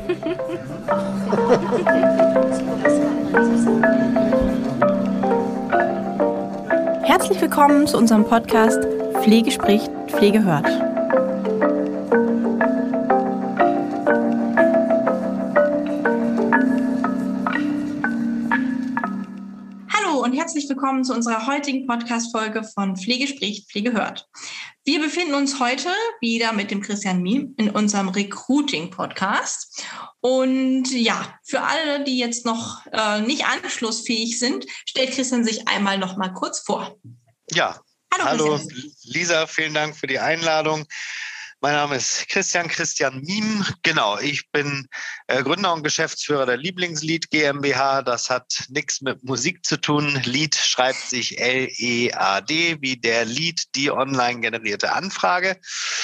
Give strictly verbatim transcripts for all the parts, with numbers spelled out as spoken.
Herzlich willkommen zu unserem Podcast Pflege spricht, Pflege hört. Hallo und herzlich willkommen zu unserer heutigen Podcast-Folge von Pflege spricht, Pflege hört. Wir befinden uns heute wieder mit dem Christian Miem in unserem Recruiting-Podcast. Und ja, für alle, die jetzt noch äh, nicht anschlussfähig sind, stellt Christian sich einmal noch mal kurz vor. Ja, hallo, hallo Lisa, vielen Dank für die Einladung. Mein Name ist Christian, Christian Miem. Genau, ich bin äh, Gründer und Geschäftsführer der Lieblingslied GmbH. Das hat nichts mit Musik zu tun. Lied schreibt sich L E A D, wie der Lied, die online generierte Anfrage.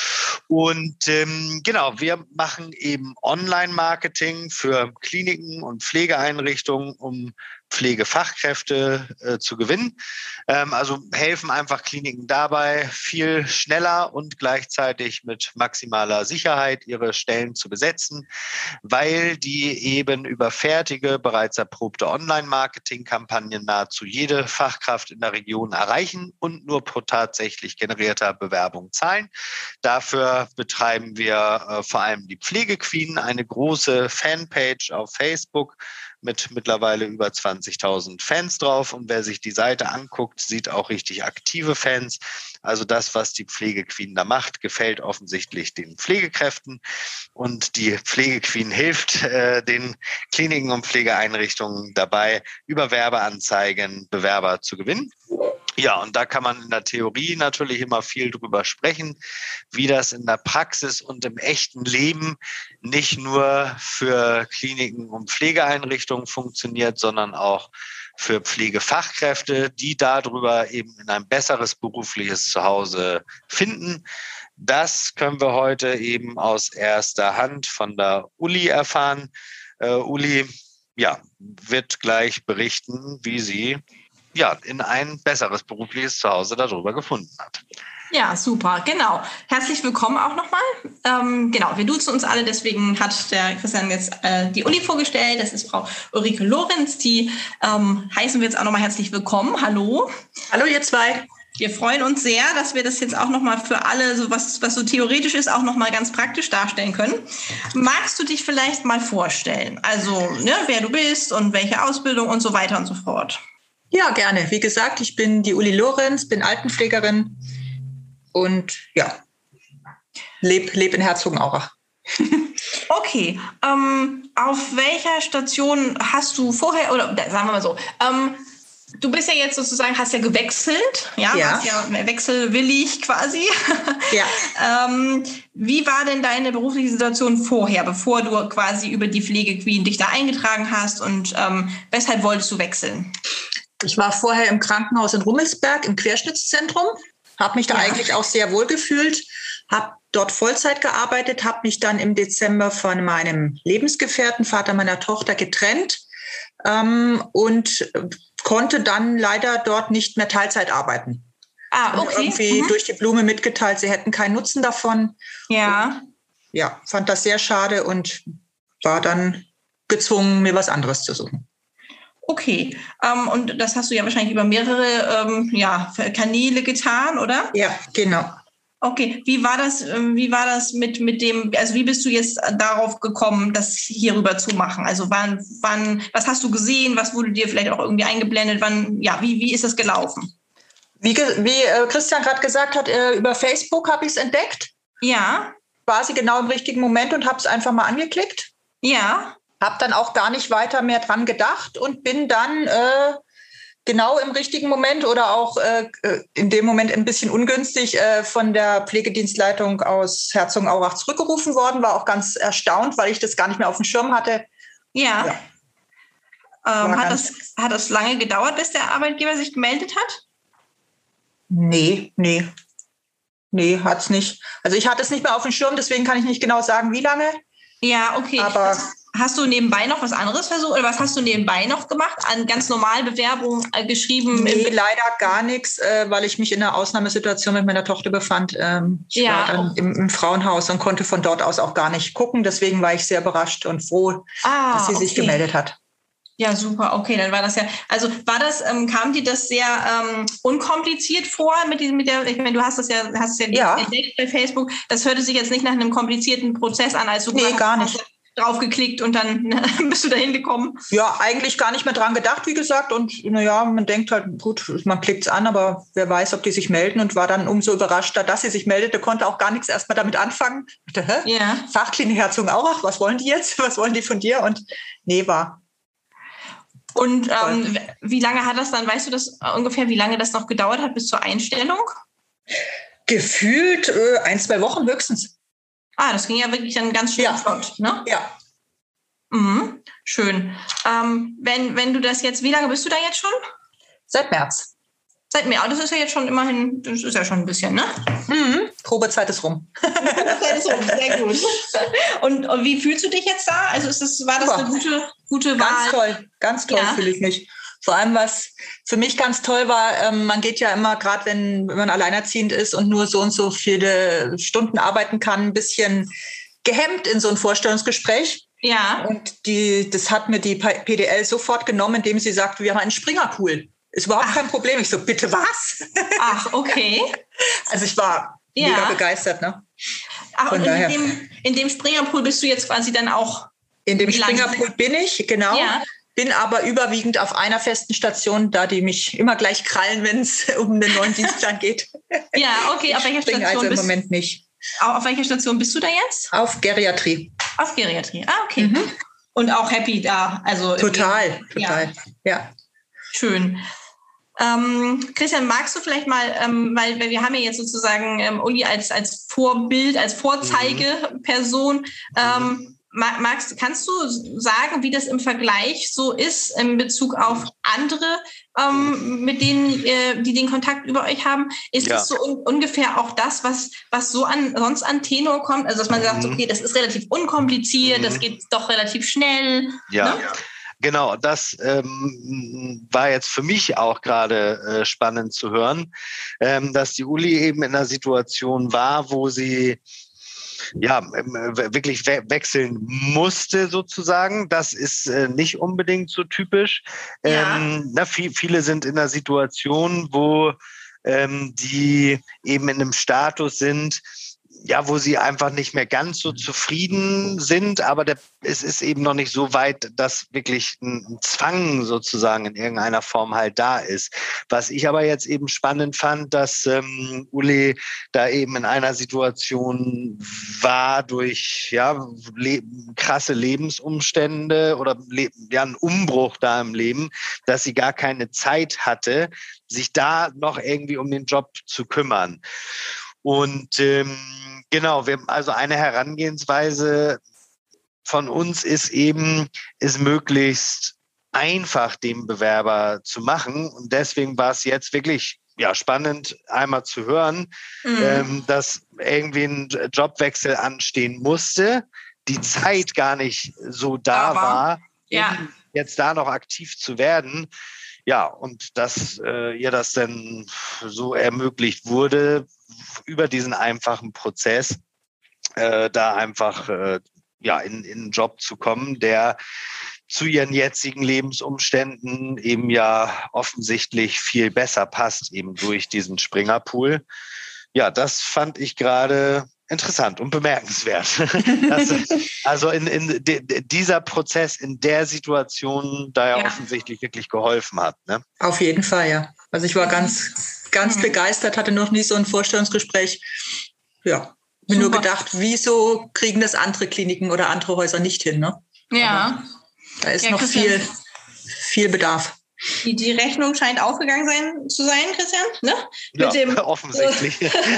Und ähm, genau, wir machen eben Online-Marketing für Kliniken und Pflegeeinrichtungen, um Pflegefachkräfte äh, zu gewinnen. Ähm, also helfen einfach Kliniken dabei, viel schneller und gleichzeitig mit maximaler Sicherheit ihre Stellen zu besetzen, weil die eben über fertige, bereits erprobte Online-Marketing-Kampagnen nahezu jede Fachkraft in der Region erreichen und nur pro tatsächlich generierter Bewerbung zahlen. Dafür betreiben wir äh, vor allem die Pflegequeen, eine große Fanpage auf Facebook, mit mittlerweile über zwanzigtausend Fans drauf. Und wer sich die Seite anguckt, sieht auch richtig aktive Fans. Also das, was die Pflegequeen da macht, gefällt offensichtlich den Pflegekräften. Und die Pflegequeen hilft äh, den Kliniken und Pflegeeinrichtungen dabei, über Werbeanzeigen Bewerber zu gewinnen. Ja, und da kann man in der Theorie natürlich immer viel drüber sprechen, wie das in der Praxis und im echten Leben nicht nur für Kliniken und Pflegeeinrichtungen funktioniert, sondern auch für Pflegefachkräfte, die darüber eben in ein besseres berufliches Zuhause finden. Das können wir heute eben aus erster Hand von der Uli erfahren. Äh, Uli, ja, wird gleich berichten, wie sie ja, in ein besseres berufliches Zuhause darüber gefunden hat. Ja, super, genau. Herzlich willkommen auch nochmal. Ähm, genau, wir duzen uns alle, deswegen hat der Christian jetzt äh, die Uli vorgestellt. Das ist Frau Ulrike Lorenz, die ähm, heißen wir jetzt auch nochmal herzlich willkommen. Hallo. Hallo ihr zwei. Wir freuen uns sehr, dass wir das jetzt auch nochmal für alle, so was, was so theoretisch ist, auch nochmal ganz praktisch darstellen können. Magst du dich vielleicht mal vorstellen? Also, ne, wer du bist und welche Ausbildung und so weiter und so fort. Ja, gerne. Wie gesagt, ich bin die Uli Lorenz, bin Altenpflegerin und ja, lebe leb in Herzogenaurach. Okay, ähm, auf welcher Station hast du vorher, oder sagen wir mal so, ähm, du bist ja jetzt sozusagen, hast ja gewechselt, ja, ja. warst ja wechselwillig quasi. Ja. ähm, wie war denn deine berufliche Situation vorher, bevor du quasi über die Pflegequeen dich da eingetragen hast und ähm, weshalb wolltest du wechseln? Ich war vorher im Krankenhaus in Rummelsberg im Querschnittszentrum, habe mich da ja. eigentlich auch sehr wohl gefühlt, habe dort Vollzeit gearbeitet, habe mich dann im Dezember von meinem Lebensgefährten, Vater meiner Tochter, getrennt ähm, und konnte dann leider dort nicht mehr Teilzeit arbeiten. Ah, okay. Irgendwie mhm. durch die Blume mitgeteilt, sie hätten keinen Nutzen davon. Ja. Und, ja, fand das sehr schade und war dann gezwungen, mir was anderes zu suchen. Okay, ähm, und das hast du ja wahrscheinlich über mehrere ähm, ja, Kanäle getan, oder? Ja, genau. Okay, wie war das, ähm, wie war das mit, mit dem, also wie bist du jetzt darauf gekommen, das hierüber zu machen? Also wann, wann, was hast du gesehen, was wurde dir vielleicht auch irgendwie eingeblendet, wann, ja, wie, wie ist das gelaufen? Wie, wie äh, Christian gerade gesagt hat, äh, über Facebook habe ich es entdeckt. Ja. Quasi genau im richtigen Moment und habe es einfach mal angeklickt. Ja. Habe dann auch gar nicht weiter mehr dran gedacht und bin dann äh, genau im richtigen Moment oder auch äh, in dem Moment ein bisschen ungünstig äh, von der Pflegedienstleitung aus Herzogenaurach zurückgerufen worden. War auch ganz erstaunt, weil ich das gar nicht mehr auf dem Schirm hatte. Ja. ja. Ähm, hat, das, hat das lange gedauert, bis der Arbeitgeber sich gemeldet hat? Nee, nee. Nee, hat's nicht. Also ich hatte es nicht mehr auf dem Schirm, deswegen kann ich nicht genau sagen, wie lange. Ja, okay. Aber Hast du nebenbei noch was anderes versucht oder was hast du nebenbei noch gemacht? An ganz normal Bewerbungen äh, geschrieben? Nee, leider gar nichts, äh, weil ich mich in einer Ausnahmesituation mit meiner Tochter befand. Ähm, ich Ja, war dann auch. im, im Frauenhaus und konnte von dort aus auch gar nicht gucken. Deswegen war ich sehr überrascht und froh, Ah, dass sie sich okay. gemeldet hat. Ja, super. Okay, dann war das ja, also war das, ähm, kam dir das sehr ähm, unkompliziert vor mit diesem, mit der, ich meine, du hast das ja, hast es ja, Ja. entdeckt bei Facebook. Das hörte sich jetzt nicht nach einem komplizierten Prozess an, als du Nee, gesagt gar hast, nicht. draufgeklickt und dann bist du da hingekommen. Ja, eigentlich gar nicht mehr dran gedacht, wie gesagt. Und naja, man denkt halt, gut, man klickt es an, aber wer weiß, ob die sich melden, und war dann umso überraschter, dass sie sich meldete, konnte auch gar nichts erstmal damit anfangen. Ich dachte, hä? Ja. Fachklinik Herzogenaurach, was wollen die jetzt? Was wollen die von dir? Und nee, war. Und ähm, wie lange hat das dann, weißt du das ungefähr, wie lange das noch gedauert hat bis zur Einstellung? Gefühlt äh, ein, zwei Wochen höchstens. Ah, das ging ja wirklich dann ganz schnell Ja. flott, ne? Ja. Mhm. Schön. Ähm, wenn, wenn du das jetzt, wie lange bist du da jetzt schon? Seit März. Seit mehr. Das ist ja jetzt schon immerhin, das ist ja schon ein bisschen, ne? Mhm. Probezeit ist rum. Probezeit ist rum, sehr gut. Und, und wie fühlst du dich jetzt da? Also ist das, war das Super. eine gute, gute Wahl? Ganz toll, ganz toll Ja. fühle ich mich. Vor allem, was für mich ganz toll war, ähm, man geht ja immer, gerade wenn, wenn man alleinerziehend ist und nur so und so viele Stunden arbeiten kann, ein bisschen gehemmt in so ein Vorstellungsgespräch. Ja. Und die, das hat mir die P D L sofort genommen, indem sie sagt, wir haben einen Springerpool. Ist überhaupt Ach. kein Problem. Ich so, bitte was? Ach, okay. Also ich war Ja. mega begeistert. Ne? Ach, Von und in daher. dem, in dem Springerpool bist du jetzt quasi dann auch. In dem Wie lange? Springerpool bin ich, genau. Ja. Bin aber überwiegend auf einer festen Station, da die mich immer gleich krallen, wenn es um einen neuen Dienstplan geht. Ja, okay. Auf welcher Ich springe Station also im bist Moment nicht. Auf welcher Station bist du da jetzt? Auf Geriatrie. Auf Geriatrie. Ah, okay. Mhm. Und auch happy da. Also Total, Ja. total. Ja. Schön. Ähm, Christian, magst du vielleicht mal, ähm, weil, weil wir haben ja jetzt sozusagen ähm, Uli als, als Vorbild, als Vorzeigeperson. Ähm, ma- magst, kannst du sagen, wie das im Vergleich so ist in Bezug auf andere, ähm, mit denen, äh, die den Kontakt über euch haben? Ist Ja. das so un- ungefähr auch das, was, was so an, sonst an Tenor kommt? Also, dass man sagt, Mhm. okay, das ist relativ unkompliziert, Mhm. das geht doch relativ schnell. Ja. Ne? Genau, das ähm, war jetzt für mich auch gerade äh, spannend zu hören, ähm, dass die Uli eben in einer Situation war, wo sie ja ähm, wirklich we- wechseln musste sozusagen. Das ist äh, nicht unbedingt so typisch. Ja. Ähm, na, viel, viele sind in einer Situation, wo ähm, die eben in einem Status sind, ja, wo sie einfach nicht mehr ganz so zufrieden sind, aber der, es ist eben noch nicht so weit, dass wirklich ein Zwang sozusagen in irgendeiner Form halt da ist. Was ich aber jetzt eben spannend fand, dass ähm, Uli da eben in einer Situation war durch ja le- krasse Lebensumstände oder le- ja einen Umbruch da im Leben, dass sie gar keine Zeit hatte, sich da noch irgendwie um den Job zu kümmern. Und ähm, genau, wir, also eine Herangehensweise von uns ist eben, es möglichst einfach dem Bewerber zu machen. Und deswegen war es jetzt wirklich ja, spannend, einmal zu hören, Mhm. ähm, dass irgendwie ein Jobwechsel anstehen musste, die Zeit gar nicht so da Aber, war, um ja. jetzt da noch aktiv zu werden. Ja, und dass äh, ihr das dann so ermöglicht wurde, über diesen einfachen Prozess äh, da einfach äh, ja, in, in einen Job zu kommen, der zu ihren jetzigen Lebensumständen eben ja offensichtlich viel besser passt, eben durch diesen Springerpool. Ja, das fand ich gerade interessant und bemerkenswert. Das, also in, in de, dieser Prozess in der Situation da ja, Ja. offensichtlich wirklich geholfen hat. Ne? Auf jeden Fall, ja. Also ich war ganz, ganz Mhm. begeistert, hatte noch nie so ein Vorstellungsgespräch. Ja, mir nur Super. gedacht, wieso kriegen das andere Kliniken oder andere Häuser nicht hin? Ne? Ja. Da ist Ja, noch Christian. viel, viel Bedarf. Die, die Rechnung scheint aufgegangen sein, zu sein, Christian, ne? Ja, Mit dem, offensichtlich.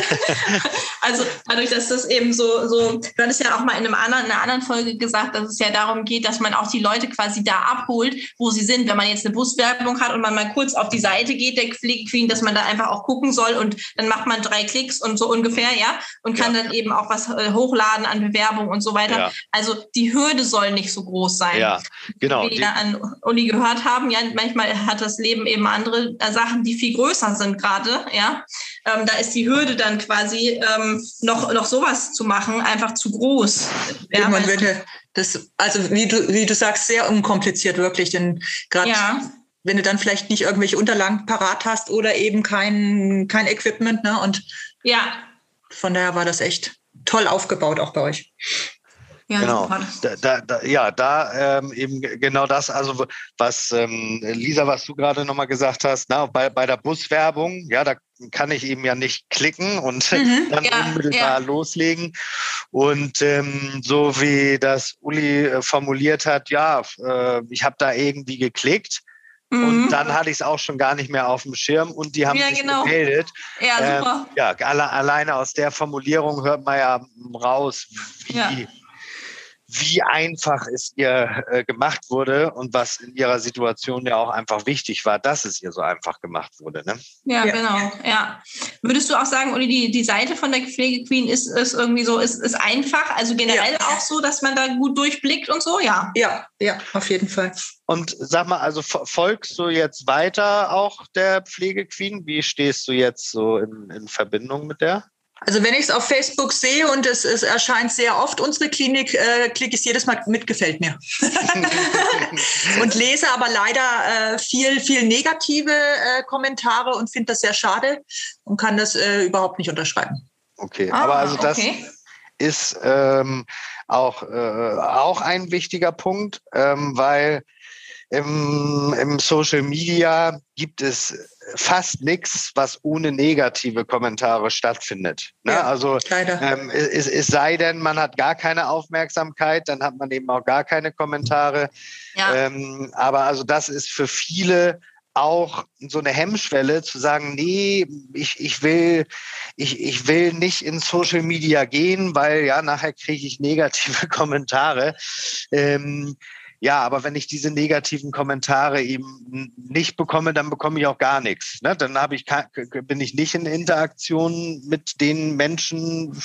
Also dadurch, dass das eben so, so, du hattest ja auch mal in, einem anderen, in einer anderen Folge gesagt, dass es ja darum geht, dass man auch die Leute quasi da abholt, wo sie sind. Wenn man jetzt eine Buswerbung hat und man mal kurz auf die Seite geht, der Pflegequeen, dass man da einfach auch gucken soll und dann macht man drei Klicks und so ungefähr, ja, und kann ja. dann eben auch was äh, hochladen an Bewerbung und so weiter. Ja. Also die Hürde soll nicht so groß sein. Ja, genau. Wie wir ja an Uli gehört haben, ja, manchmal hat das Leben eben andere Sachen, die viel größer sind gerade, ja. Ähm, da ist die Hürde dann quasi ähm, noch, noch sowas zu machen, einfach zu groß. Ja, man würde das, also wie du, wie du sagst, sehr unkompliziert wirklich, denn gerade ja. wenn du dann vielleicht nicht irgendwelche Unterlagen parat hast oder eben kein, kein Equipment, ne, und ja. von daher war das echt toll aufgebaut, auch bei euch. Ja, genau. Da, da, da, ja, da ähm, eben genau das, also was ähm, Lisa, was du gerade nochmal gesagt hast, na, bei, bei der Buswerbung, ja, da kann ich eben ja nicht klicken und mhm, dann ja, unmittelbar ja. loslegen. Und ähm, so wie das Uli äh, formuliert hat, ja, äh, ich habe da irgendwie geklickt. Und dann hatte ich es auch schon gar nicht mehr auf dem Schirm und die haben ja, sich genau. gemeldet. Ja, super. Ähm, ja, alle, alleine aus der Formulierung hört man ja raus, wie, ja. wie einfach es ihr äh, gemacht wurde und was in ihrer Situation ja auch einfach wichtig war, dass es ihr so einfach gemacht wurde. Ne? Ja, ja, genau. Ja. Würdest du auch sagen, Uli, die, die Seite von der Pflegequeen ist, ist irgendwie so, ist, ist einfach, also generell ja. auch so, dass man da gut durchblickt und so? Ja. Ja, ja, auf jeden Fall. Und sag mal, also folgst du jetzt weiter auch der Pflegequeen? Wie stehst du jetzt so in, in Verbindung mit der? Also wenn ich es auf Facebook sehe und es, es erscheint sehr oft unsere Klinik, äh, klicke ich es jedes Mal mit, gefällt mir. Und lese aber leider äh, viel, viel negative äh, Kommentare und finde das sehr schade und kann das äh, überhaupt nicht unterschreiben. Okay, ah, aber also das okay. ist ähm, auch, äh, auch ein wichtiger Punkt, ähm, weil Im, im Social Media gibt es fast nichts, was ohne negative Kommentare stattfindet. Ne? Ja, also ähm, es, es sei denn, man hat gar keine Aufmerksamkeit, dann hat man eben auch gar keine Kommentare. Ja. Ähm, aber also das ist für viele auch so eine Hemmschwelle zu sagen, nee, ich, ich will, ich, ich will nicht in Social Media gehen, weil ja, nachher kriege ich negative Kommentare. Ähm, Ja, aber wenn ich diese negativen Kommentare eben nicht bekomme, dann bekomme ich auch gar nichts. Ne? Dann habe ich, bin ich nicht in Interaktion mit den Menschen,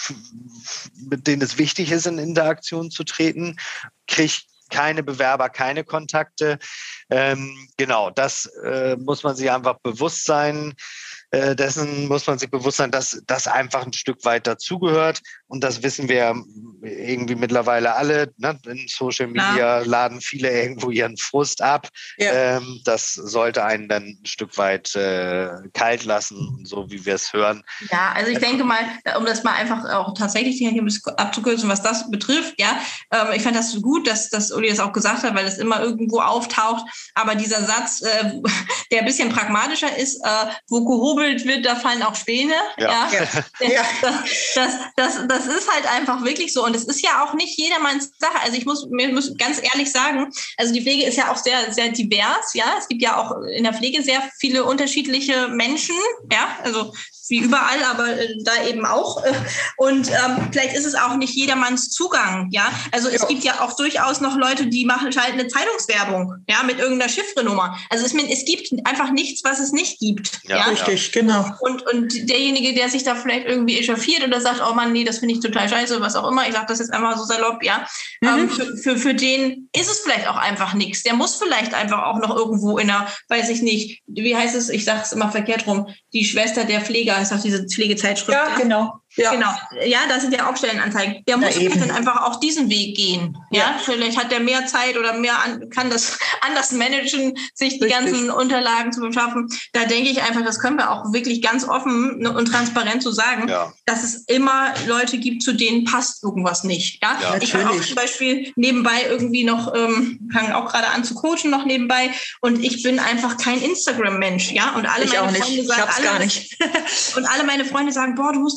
mit denen es wichtig ist, in Interaktion zu treten, kriege keine Bewerber, keine Kontakte. Ähm, genau, das äh, muss man sich einfach bewusst sein. Äh, dessen muss man sich bewusst sein, dass das einfach ein Stück weit dazugehört. Und das wissen wir irgendwie mittlerweile alle. Ne? In Social Media ja. laden viele irgendwo ihren Frust ab. Ja. Ähm, das sollte einen dann ein Stück weit äh, kalt lassen, so wie wir es hören. Ja, also ich denke mal, um das mal einfach auch tatsächlich hier ein bisschen abzukürzen, was das betrifft, ja, ähm, ich fand das so gut, dass, dass Uli das auch gesagt hat, weil das immer irgendwo auftaucht. Aber dieser Satz, äh, der ein bisschen pragmatischer ist, äh, wo gehobelt wird, da fallen auch Späne. Ja. Ja. Ja. Das, das, das, das ist halt einfach wirklich so. Und es ist ja auch nicht jedermanns Sache. Also ich muss, mir muss ganz ehrlich sagen, also die Pflege ist ja auch sehr, sehr divers. Ja, es gibt ja auch in der Pflege sehr viele unterschiedliche Menschen. Ja, also wie überall, aber äh, da eben auch. Und ähm, vielleicht ist es auch nicht jedermanns Zugang. Ja, also es ja. gibt ja auch durchaus noch Leute, die machen schalten eine Zeitungswerbung, ja, mit irgendeiner Chiffrenummer. Also es, es gibt einfach nichts, was es nicht gibt. Ja, ja? Richtig, genau. Und, und derjenige, der sich da vielleicht irgendwie echauffiert oder sagt, oh Mann, nee, das finde ich total scheiße, was auch immer, ich sage das jetzt einfach so salopp, ja, mhm. ähm, für, für, für den ist es vielleicht auch einfach nichts. Der muss vielleicht einfach auch noch irgendwo in einer, weiß ich nicht, wie heißt es, ich sage es immer verkehrt rum, die Schwester der Pfleger, ist auch diese Pflegezeitschrift. Ja, genau. Ja. Genau. Ja, da sind ja auch Stellenanzeigen. Der muss ja, dann einfach auch diesen Weg gehen. Ja, ja. Vielleicht hat der mehr Zeit oder mehr an, kann das anders managen, sich die Richtig. ganzen Unterlagen zu beschaffen. Da denke ich einfach, das können wir auch wirklich ganz offen und transparent so sagen, ja. dass es immer Leute gibt, zu denen passt irgendwas nicht. Ja, ja ich habe auch zum Beispiel nebenbei irgendwie noch, ähm, fange auch gerade an zu coachen noch nebenbei und ich bin einfach kein Instagram-Mensch. Ja, und alle ich meine auch nicht. Freunde sagen, ich hab's alle, gar nicht. und alle meine Freunde sagen, boah, du musst da unbedingt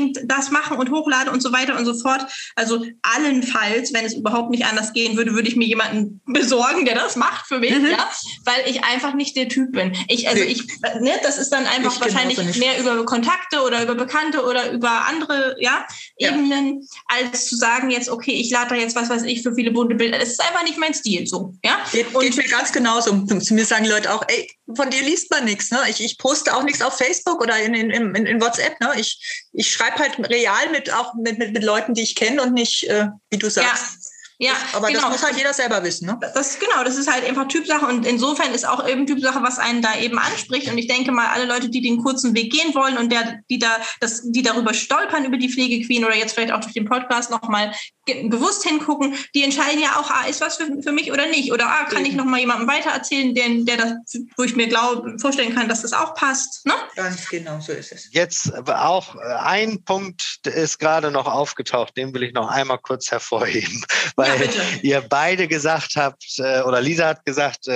unbedingt das machen und hochlade und so weiter und so fort. Also allenfalls, wenn es überhaupt nicht anders gehen würde, würde ich mir jemanden besorgen, der das macht für mich, mhm. ja, weil ich einfach nicht der Typ bin. Ich, also ich, ne, das ist dann einfach ich wahrscheinlich mehr über Kontakte oder über Bekannte oder über andere, ja, ja. Ebenen, als zu sagen jetzt, okay, ich lade da jetzt was weiß ich für viele bunte Bilder. Das ist einfach nicht mein Stil, so, ja. Geht, und geht mir ganz genauso. Zu mir sagen die Leute auch, ey, von dir liest man nichts, ne? Ich, ich poste auch nichts auf Facebook oder in, in, in, in WhatsApp, ne? Ich, ich schreibe halt real mit, auch mit, mit, mit Leuten, die ich kenne und nicht, äh, wie du sagst. Ja. Ja, aber genau. Das muss halt jeder selber wissen, ne? Das, genau, das ist halt einfach Typsache und insofern ist auch eben Typsache, was einen da eben anspricht. Und ich denke mal, alle Leute, die den kurzen Weg gehen wollen und der, die da, das, die darüber stolpern über die Pflegequeen oder jetzt vielleicht auch durch den Podcast nochmal bewusst hingucken, die entscheiden ja auch, ah, ist was für, für mich oder nicht? Oder ah, kann mhm. ich nochmal jemandem weitererzählen, der, der das, wo ich mir glaube, vorstellen kann, dass das auch passt, ne? Ganz genau, so ist es. Jetzt auch ein Punkt ist gerade noch aufgetaucht, den will ich noch einmal kurz hervorheben, weil ja, ihr beide gesagt habt, oder Lisa hat gesagt,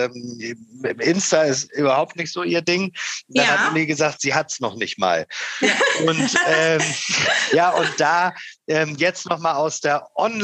Insta ist überhaupt nicht so ihr Ding. Dann ja. hat Uli gesagt, sie hat es noch nicht mal. Ja. Und ähm, ja, und da ähm, jetzt nochmal aus der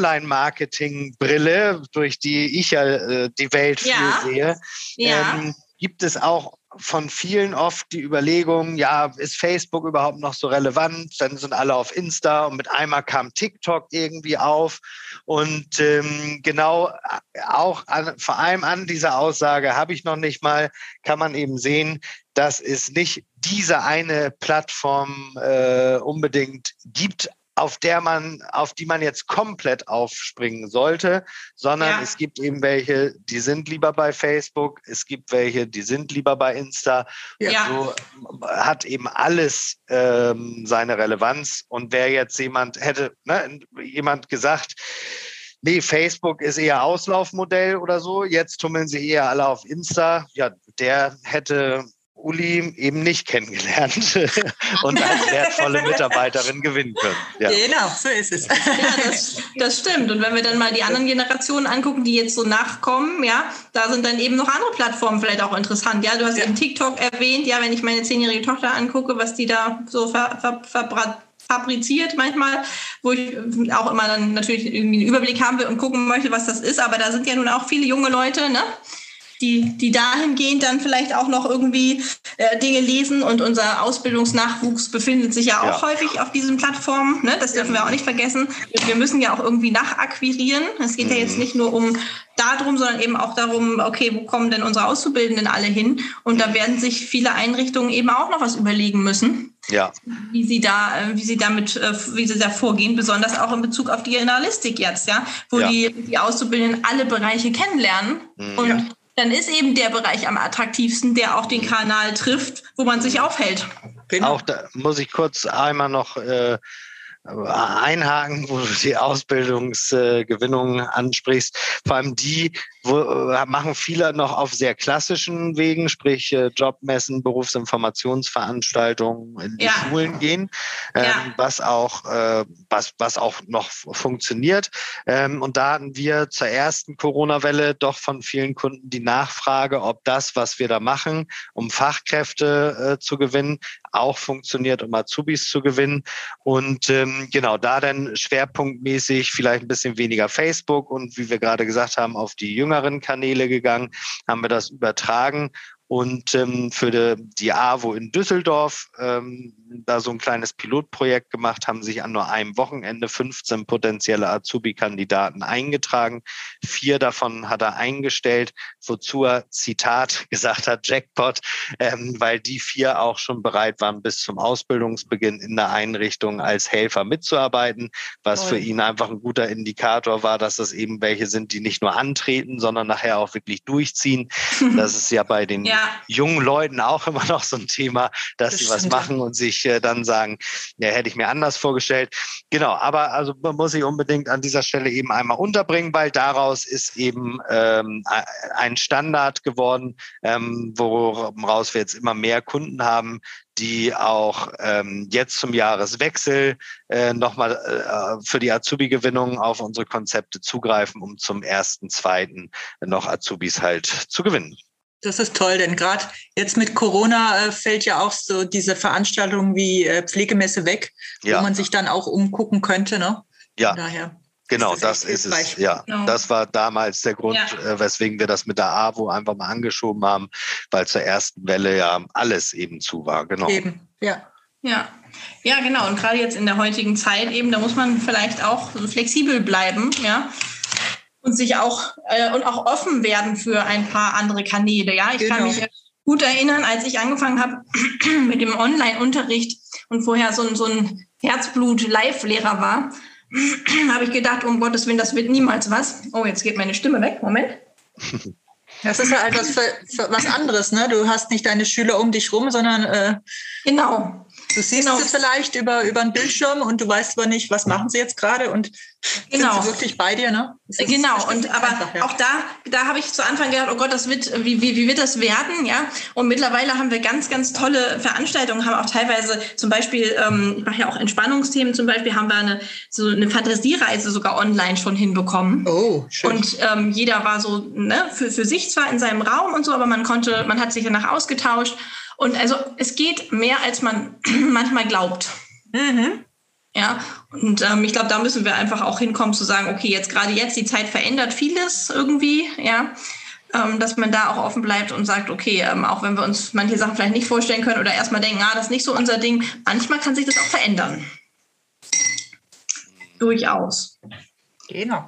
Online-Marketing-Brille, durch die ich ja äh, die Welt viel ja. sehe, ja. ähm, gibt es auch von vielen oft die Überlegung, ja, ist Facebook überhaupt noch so relevant? Dann sind alle auf Insta und mit einmal kam TikTok irgendwie auf. Und ähm, genau auch an, vor allem an dieser Aussage habe ich noch nicht mal, kann man eben sehen, dass es nicht diese eine Plattform äh, unbedingt gibt, auf der man, auf die man jetzt komplett aufspringen sollte, sondern ja. es gibt eben welche, die sind lieber bei Facebook, es gibt welche, die sind lieber bei Insta. Ja. So hat eben alles ähm, seine Relevanz. Und wer jetzt jemand hätte, ne, jemand gesagt, nee, Facebook ist eher Auslaufmodell oder so, jetzt tummeln sie eher alle auf Insta, ja, der hätte Uli eben nicht kennengelernt und als wertvolle Mitarbeiterin gewinnen können. Ja. Genau, so ist es. Ja, das, das stimmt. Und wenn wir dann mal die anderen Generationen angucken, die jetzt so nachkommen, ja, da sind dann eben noch andere Plattformen vielleicht auch interessant. Ja, du hast ja. eben TikTok erwähnt. Ja, wenn ich meine zehnjährige Tochter angucke, was die da so ver, ver, ver, fabriziert manchmal, wo ich auch immer dann natürlich irgendwie einen Überblick haben will und gucken möchte, was das ist. Aber da sind ja nun auch viele junge Leute, ne? Die, die dahingehend dann vielleicht auch noch irgendwie äh, Dinge lesen und unser Ausbildungsnachwuchs befindet sich ja auch ja. häufig auf diesen Plattformen. Ne? Das dürfen wir auch nicht vergessen. Wir müssen ja auch irgendwie nachakquirieren. Es geht mhm. ja jetzt nicht nur um darum, sondern eben auch darum, okay, wo kommen denn unsere Auszubildenden alle hin? Und da werden sich viele Einrichtungen eben auch noch was überlegen müssen. Ja. Wie sie da, wie sie damit, wie sie da vorgehen, besonders auch in Bezug auf die Generalistik jetzt, ja, wo ja. die, die Auszubildenden alle Bereiche kennenlernen mhm. und ja. dann ist eben der Bereich am attraktivsten, der auch den Kanal trifft, wo man sich aufhält. Genau. Auch da muss ich kurz einmal noch äh, einhaken, wo du die Ausbildungsgewinnung äh, ansprichst. Vor allem die wo, äh, machen viele noch auf sehr klassischen Wegen, sprich äh, Jobmessen, Berufsinformationsveranstaltungen in die ja. Schulen gehen, ähm, ja. was auch äh, was, was auch noch funktioniert. Ähm, und da hatten wir zur ersten Corona-Welle doch von vielen Kunden die Nachfrage, ob das, was wir da machen, um Fachkräfte äh, zu gewinnen, auch funktioniert, um Azubis zu gewinnen. Und ähm, genau, da dann schwerpunktmäßig vielleicht ein bisschen weniger Facebook und wie wir gerade gesagt haben, auf die jüngeren Kanäle gegangen, haben wir das übertragen. Und ähm, für die, die A W O in Düsseldorf ähm, da so ein kleines Pilotprojekt gemacht, haben sich an nur einem Wochenende fünfzehn potenzielle Azubi-Kandidaten eingetragen. Vier davon hat er eingestellt, wozu er, Zitat, gesagt hat, Jackpot, ähm, weil die vier auch schon bereit waren, bis zum Ausbildungsbeginn in der Einrichtung als Helfer mitzuarbeiten, was Toll. Für ihn einfach ein guter Indikator war, dass das eben welche sind, die nicht nur antreten, sondern nachher auch wirklich durchziehen. Das ist ja bei den ja. jungen Leuten auch immer noch so ein Thema, dass das sie was machen und sich äh, dann sagen, ja, hätte ich mir anders vorgestellt. Genau, aber also man muss sich unbedingt an dieser Stelle eben einmal unterbringen, weil daraus ist eben ähm, ein Standard geworden, ähm, woraus wir jetzt immer mehr Kunden haben, die auch ähm, jetzt zum Jahreswechsel äh, nochmal äh, für die Azubi-Gewinnung auf unsere Konzepte zugreifen, um zum ersten, zweiten noch Azubis halt zu gewinnen. Das ist toll, denn gerade jetzt mit Corona äh, fällt ja auch so diese Veranstaltung wie äh, Pflegemesse weg, ja. wo man sich dann auch umgucken könnte. Ne? Ja. Von daher. Genau, ist das, das ist es. Ja, genau. Das war damals der Grund, ja. äh, weswegen wir das mit der A W O einfach mal angeschoben haben, weil zur ersten Welle ja alles eben zu war. Genau. Eben, ja. Ja. Ja, genau. Und gerade jetzt in der heutigen Zeit eben, da muss man vielleicht auch flexibel bleiben, ja. Und sich auch äh, und auch offen werden für ein paar andere Kanäle. Ja, ich genau. kann mich gut erinnern, als ich angefangen habe mit dem Online-Unterricht und vorher so ein, so ein Herzblut-Live-Lehrer war, habe ich gedacht, um Gottes Willen, das wird niemals was. Oh, jetzt geht meine Stimme weg. Moment. Das ist ja halt was, für, für was anderes, ne? Du hast nicht deine Schüler um dich rum, sondern äh, genau. Du siehst genau. es vielleicht über, über einen Bildschirm und du weißt aber nicht, was machen sie jetzt gerade und genau. sind sie wirklich bei dir, ne? Ist, genau, und aber einfach, ja. auch da, da habe ich zu Anfang gedacht, oh Gott, das wird, wie, wie, wie wird das werden, ja? Und mittlerweile haben wir ganz, ganz tolle Veranstaltungen, haben auch teilweise zum Beispiel, ähm, ich mache ja auch Entspannungsthemen, zum Beispiel haben wir eine, so eine Fantasiereise sogar online schon hinbekommen. Oh, schön. Und ähm, jeder war so, ne, für, für sich zwar in seinem Raum und so, aber man konnte, man hat sich danach ausgetauscht. Und also es geht mehr, als man manchmal glaubt. Mhm. Ja, und ähm, ich glaube, da müssen wir einfach auch hinkommen zu sagen, okay, jetzt gerade jetzt, die Zeit verändert vieles irgendwie, ja, ähm, dass man da auch offen bleibt und sagt, okay, ähm, auch wenn wir uns manche Sachen vielleicht nicht vorstellen können oder erstmal denken, ah, das ist nicht so unser Ding, manchmal kann sich das auch verändern. Durchaus. Genau.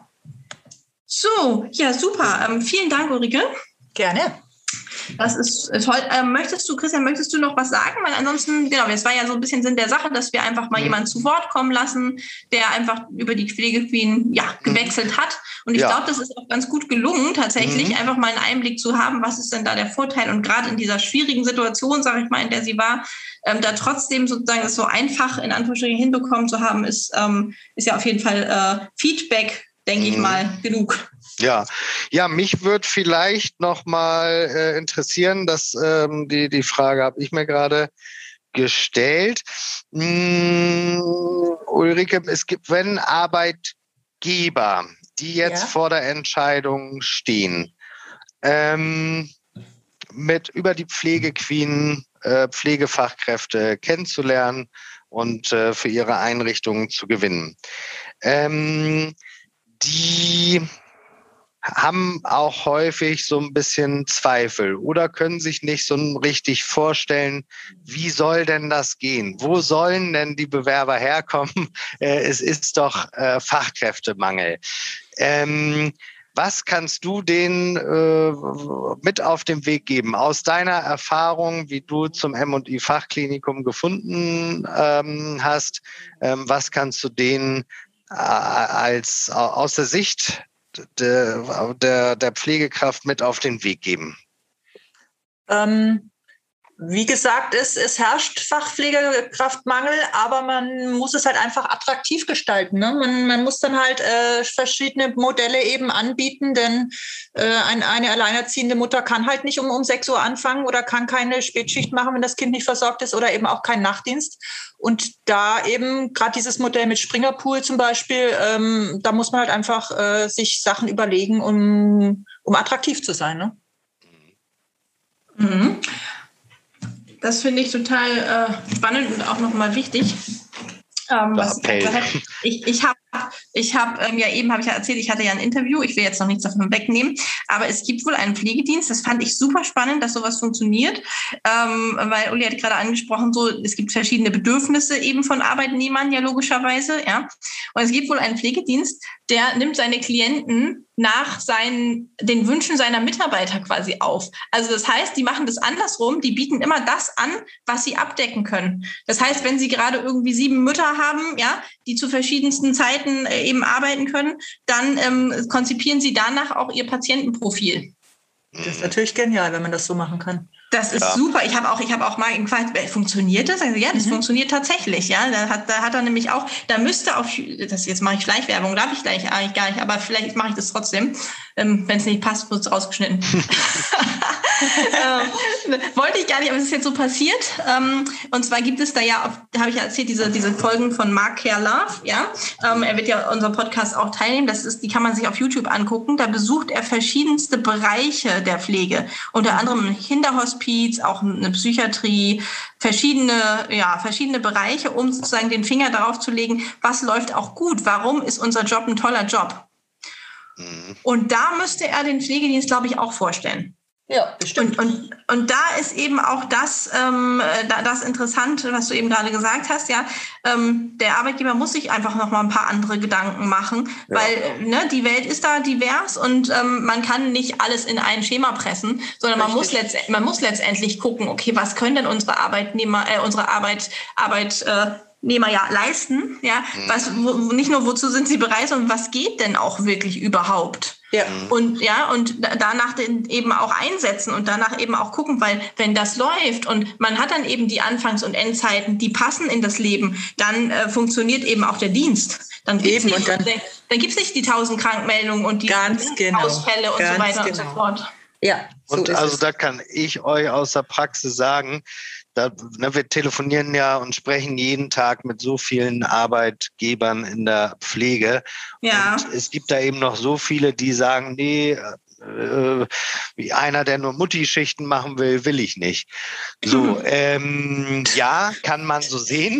So, ja, super. Ähm, vielen Dank, Ulrike. Gerne. Das ist toll. Ähm, möchtest du, Christian, möchtest du noch was sagen? Weil ansonsten, genau, es war ja so ein bisschen Sinn der Sache, dass wir einfach mal mhm. jemanden zu Wort kommen lassen, der einfach über die Pflegequeen ja, gewechselt hat. Und ich ja. glaube, das ist auch ganz gut gelungen, tatsächlich mhm. einfach mal einen Einblick zu haben, was ist denn da der Vorteil. Und gerade in dieser schwierigen Situation, sage ich mal, in der sie war, ähm, da trotzdem sozusagen es so einfach in Anführungsstrichen hinbekommen zu haben, ist, ähm, ist ja auf jeden Fall äh, Feedback, denke mhm. ich mal, genug. Ja, ja, mich würde vielleicht noch mal äh, interessieren, dass ähm, die die Frage habe ich mir gerade gestellt. Hm, Ulrike, es gibt, wenn Arbeitgeber, die jetzt ja. vor der Entscheidung stehen, ähm, mit über die Pflegequeen äh, Pflegefachkräfte kennenzulernen und äh, für ihre Einrichtungen zu gewinnen, ähm, die haben auch häufig so ein bisschen Zweifel oder können sich nicht so richtig vorstellen, wie soll denn das gehen? Wo sollen denn die Bewerber herkommen? Äh, es ist doch äh, Fachkräftemangel. Ähm, was kannst du denen äh, mit auf den Weg geben? Aus deiner Erfahrung, wie du zum M und I-Fachklinikum gefunden ähm, hast, ähm, was kannst du denen äh, als aus der Sicht Der, der, der Pflegekraft mit auf den Weg geben? Ähm, wie gesagt, es, es herrscht Fachpflegekraftmangel, aber man muss es halt einfach attraktiv gestalten. Ne? Man, man muss dann halt äh, verschiedene Modelle eben anbieten, denn äh, ein, eine alleinerziehende Mutter kann halt nicht um, um sechs Uhr anfangen oder kann keine Spätschicht machen, wenn das Kind nicht versorgt ist oder eben auch keinen Nachtdienst. Und da eben gerade dieses Modell mit Springerpool zum Beispiel, ähm, da muss man halt einfach äh, sich Sachen überlegen, um, um attraktiv zu sein. Ne? Mhm. Das finde ich total äh, spannend und auch nochmal wichtig. Ähm, was ich ich, ich habe ich hab, ähm, ja eben habe ich ja erzählt, ich hatte ja ein Interview, ich will jetzt noch nichts davon wegnehmen, aber es gibt wohl einen Pflegedienst, das fand ich super spannend, dass sowas funktioniert, ähm, weil Uli hat gerade angesprochen, so es gibt verschiedene Bedürfnisse eben von Arbeitnehmern, ja logischerweise, ja, und es gibt wohl einen Pflegedienst, der nimmt seine Klienten nach seinen, den Wünschen seiner Mitarbeiter quasi auf. Also das heißt, die machen das andersrum, die bieten immer das an, was sie abdecken können. Das heißt, wenn sie gerade irgendwie sieben Mütter haben, ja, die zu verschiedensten Zeiten äh, eben arbeiten können, dann ähm, konzipieren sie danach auch ihr Patientenprofil. Das ist natürlich genial, wenn man das so machen kann. Das ist ja. super. Ich habe auch, ich habe auch mal gefragt, funktioniert das? Also, ja, das mhm. funktioniert tatsächlich. Ja, da hat, da hat er nämlich auch, da müsste auch, das jetzt mache ich Schleichwerbung, darf ich gleich eigentlich gar nicht, aber vielleicht mache ich das trotzdem. Ähm, wenn es nicht passt, wird es rausgeschnitten. ähm, wollte ich gar nicht, aber es ist jetzt so passiert. Ähm, und zwar gibt es da ja, da habe ich ja erzählt, diese, diese Folgen von Mark Care Love. Ja? Ähm, er wird ja unserem Podcast auch teilnehmen. Das ist, die kann man sich auf YouTube angucken. Da besucht er verschiedenste Bereiche der Pflege. Unter anderem ein Kinderhospiz, auch eine Psychiatrie, verschiedene, ja, verschiedene Bereiche, um sozusagen den Finger darauf zu legen, was läuft auch gut. Warum ist unser Job ein toller Job? Und da müsste er den Pflegedienst, glaube ich, auch vorstellen. Ja, bestimmt. Und, und, und da ist eben auch das, ähm, das Interessante, was du eben gerade gesagt hast, ja, ähm, der Arbeitgeber muss sich einfach noch mal ein paar andere Gedanken machen, ja. weil ne, die Welt ist da divers und ähm, man kann nicht alles in ein Schema pressen, sondern man muss, letzt, man muss letztendlich gucken, okay, was können denn unsere Arbeitnehmer, äh, unsere Arbeit, Arbeit äh, Nehmer ja leisten, ja, was, wo, nicht nur wozu sind sie bereit, sondern was geht denn auch wirklich überhaupt? Ja. Und ja, und danach eben auch einsetzen und danach eben auch gucken, weil wenn das läuft und man hat dann eben die Anfangs- und Endzeiten, die passen in das Leben, dann äh, funktioniert eben auch der Dienst. Dann gibt's eben, nicht, und dann, dann gibt's nicht die tausend Krankmeldungen und die genau, Ausfälle und so weiter genau. und so fort. Ja, so und also es. Da kann ich euch aus der Praxis sagen, da, ne, wir telefonieren ja und sprechen jeden Tag mit so vielen Arbeitgebern in der Pflege. Ja. Und es gibt da eben noch so viele, die sagen, nee, äh, wie einer, der nur Mutti-Schichten machen will, will ich nicht. So, ähm, ja, kann man so sehen.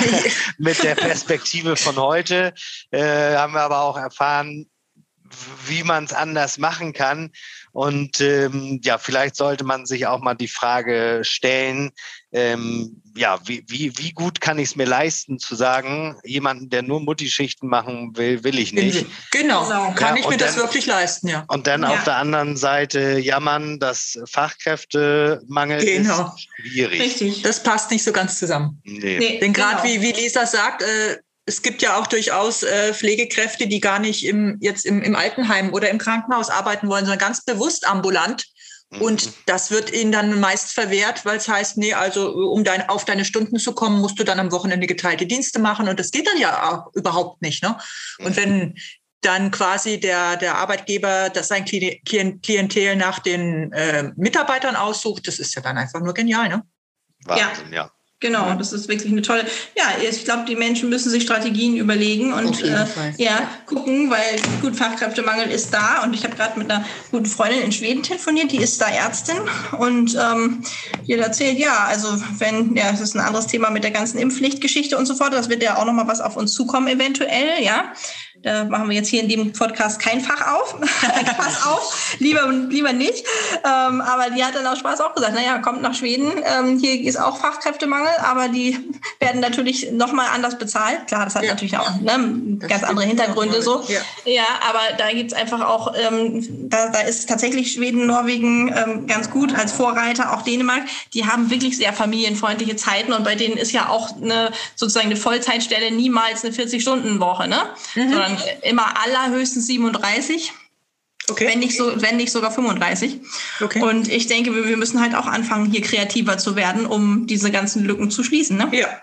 Mit der Perspektive von heute äh, haben wir aber auch erfahren, wie man es anders machen kann. Und ähm, ja, vielleicht sollte man sich auch mal die Frage stellen, ähm, ja, wie, wie, wie gut kann ich es mir leisten, zu sagen, jemanden, der nur Mutti-Schichten machen will, will ich nicht. Genau, genau. Kann ja, ich mir dann, das wirklich leisten, ja. Und dann ja. auf der anderen Seite jammern, dass Fachkräftemangel genau. ist schwierig. Richtig, das passt nicht so ganz zusammen. Nee. Nee, Denn gerade genau. wie, wie Lisa sagt, äh, es gibt ja auch durchaus äh, Pflegekräfte, die gar nicht im, jetzt im, im Altenheim oder im Krankenhaus arbeiten wollen, sondern ganz bewusst ambulant. Mhm. Und das wird ihnen dann meist verwehrt, weil es heißt, nee, also um dein, auf deine Stunden zu kommen, musst du dann am Wochenende geteilte Dienste machen. Und das geht dann ja auch überhaupt nicht. Ne? Mhm. Und wenn dann quasi der, der Arbeitgeber das sein Klientel nach den äh, Mitarbeitern aussucht, das ist ja dann einfach nur genial. Ne? Wahnsinn, ja. ja. Genau, das ist wirklich eine tolle, ja, ich glaube, die Menschen müssen sich Strategien überlegen und äh, ja, gucken, weil gut, Fachkräftemangel ist da und ich habe gerade mit einer guten Freundin in Schweden telefoniert, die ist da Ärztin und ähm, die hat erzählt, ja, also wenn, ja, das ist ein anderes Thema mit der ganzen Impfpflichtgeschichte und so fort, das wird ja auch nochmal was auf uns zukommen eventuell, ja. Da machen wir jetzt hier in dem Podcast kein Fach auf, Pass auf, lieber, lieber nicht. Ähm, aber die hat dann auch Spaß auch gesagt, naja, kommt nach Schweden, ähm, hier ist auch Fachkräftemangel, aber die werden natürlich nochmal anders bezahlt. Klar, das hat ja. natürlich auch ne, ganz andere Hintergründe so. Ja. ja, aber da gibt's einfach auch, ähm, da, da ist tatsächlich Schweden, Norwegen ähm, ganz gut als Vorreiter, auch Dänemark. Die haben wirklich sehr familienfreundliche Zeiten und bei denen ist ja auch eine, sozusagen eine Vollzeitstelle niemals eine vierzig-Stunden-Woche, ne? Mhm. Sondern immer allerhöchstens siebenunddreißig. Okay. Wenn nicht so, wenn nicht sogar fünfunddreißig. Okay. Und ich denke, wir, wir müssen halt auch anfangen, hier kreativer zu werden, um diese ganzen Lücken zu schließen. Ne? Ja.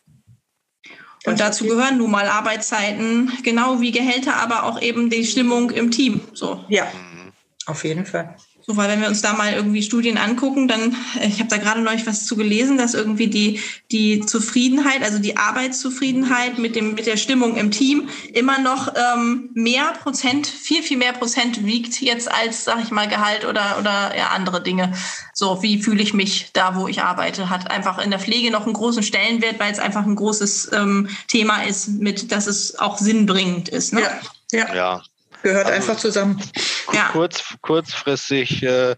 Und dazu gehören nun mal Arbeitszeiten, genau wie Gehälter, aber auch eben die Stimmung im Team. So. Ja, auf jeden Fall. So, weil wenn wir uns da mal irgendwie Studien angucken, dann, ich habe da gerade neulich was zu gelesen, dass irgendwie die, die Zufriedenheit, also die Arbeitszufriedenheit mit dem, mit der Stimmung im Team immer noch ähm, mehr Prozent, viel, viel mehr Prozent wiegt jetzt als, sag ich mal, Gehalt oder, oder ja, andere Dinge. So, wie fühle ich mich da, wo ich arbeite, hat einfach in der Pflege noch einen großen Stellenwert, weil es einfach ein großes ähm, Thema ist, mit, dass es auch sinnbringend ist. Ne? Ja, ja. ja. Gehört also einfach zusammen. Ja. Kurz, kurzfristig äh,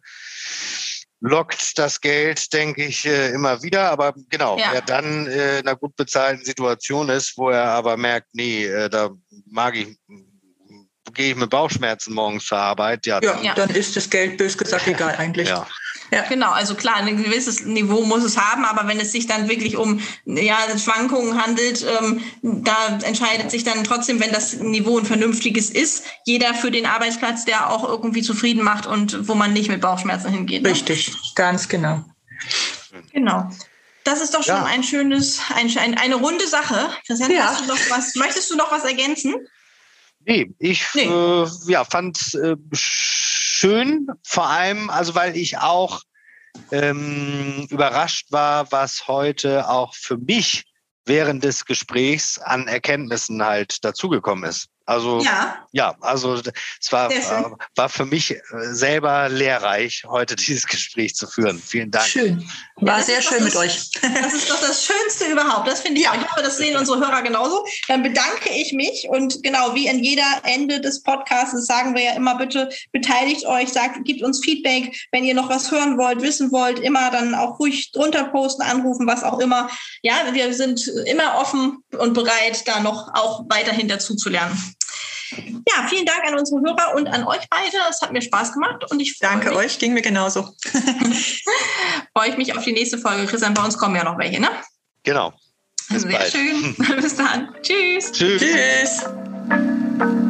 lockt das Geld, denke ich, äh, immer wieder. Aber genau, ja. wer dann äh, in einer gut bezahlten Situation ist, wo er aber merkt, nee, äh, da mag ich, gehe ich mit Bauchschmerzen morgens zur Arbeit. Ja, ja, dann, ja. dann ist das Geld bös gesagt egal eigentlich. Ja. Ja, genau. Also klar, ein gewisses Niveau muss es haben, aber wenn es sich dann wirklich um ja, Schwankungen handelt, ähm, da entscheidet sich dann trotzdem, wenn das Niveau ein vernünftiges ist, jeder für den Arbeitsplatz, der auch irgendwie zufrieden macht und wo man nicht mit Bauchschmerzen hingeht. Ne? Richtig, ganz genau. Genau. Das ist doch schon ja. ein schönes, ein, ein, eine runde Sache. Christian, ja. hast du noch was, möchtest du noch was ergänzen? Nee, ich nee. Äh, ja, fand es äh, schön, vor allem, also weil ich auch ähm, überrascht war, was heute auch für mich während des Gesprächs an Erkenntnissen halt dazugekommen ist. Also ja, ja also es war, äh, war für mich selber lehrreich, heute dieses Gespräch zu führen. Vielen Dank. Schön. War ja, sehr schön das, mit euch. Das ist doch das Schönste überhaupt. Das finde ich ja. auch. Ich hoffe, das sehen unsere Hörer genauso. Dann bedanke ich mich und genau wie in jeder Ende des Podcasts sagen wir ja immer, bitte beteiligt euch, sagt, gebt uns Feedback, wenn ihr noch was hören wollt, wissen wollt, immer dann auch ruhig drunter posten, anrufen, was auch immer. Ja, wir sind immer offen und bereit, da noch auch weiterhin dazu zu lernen. Ja, vielen Dank an unsere Hörer und an euch beide. Es hat mir Spaß gemacht und ich Danke mich, euch, ging mir genauso. freue ich mich auf die nächste Folge. Christian, bei uns kommen ja noch welche, ne? Genau. Bis Sehr bald. schön. Bis dann. Tschüss. Tschüss. Tschüss.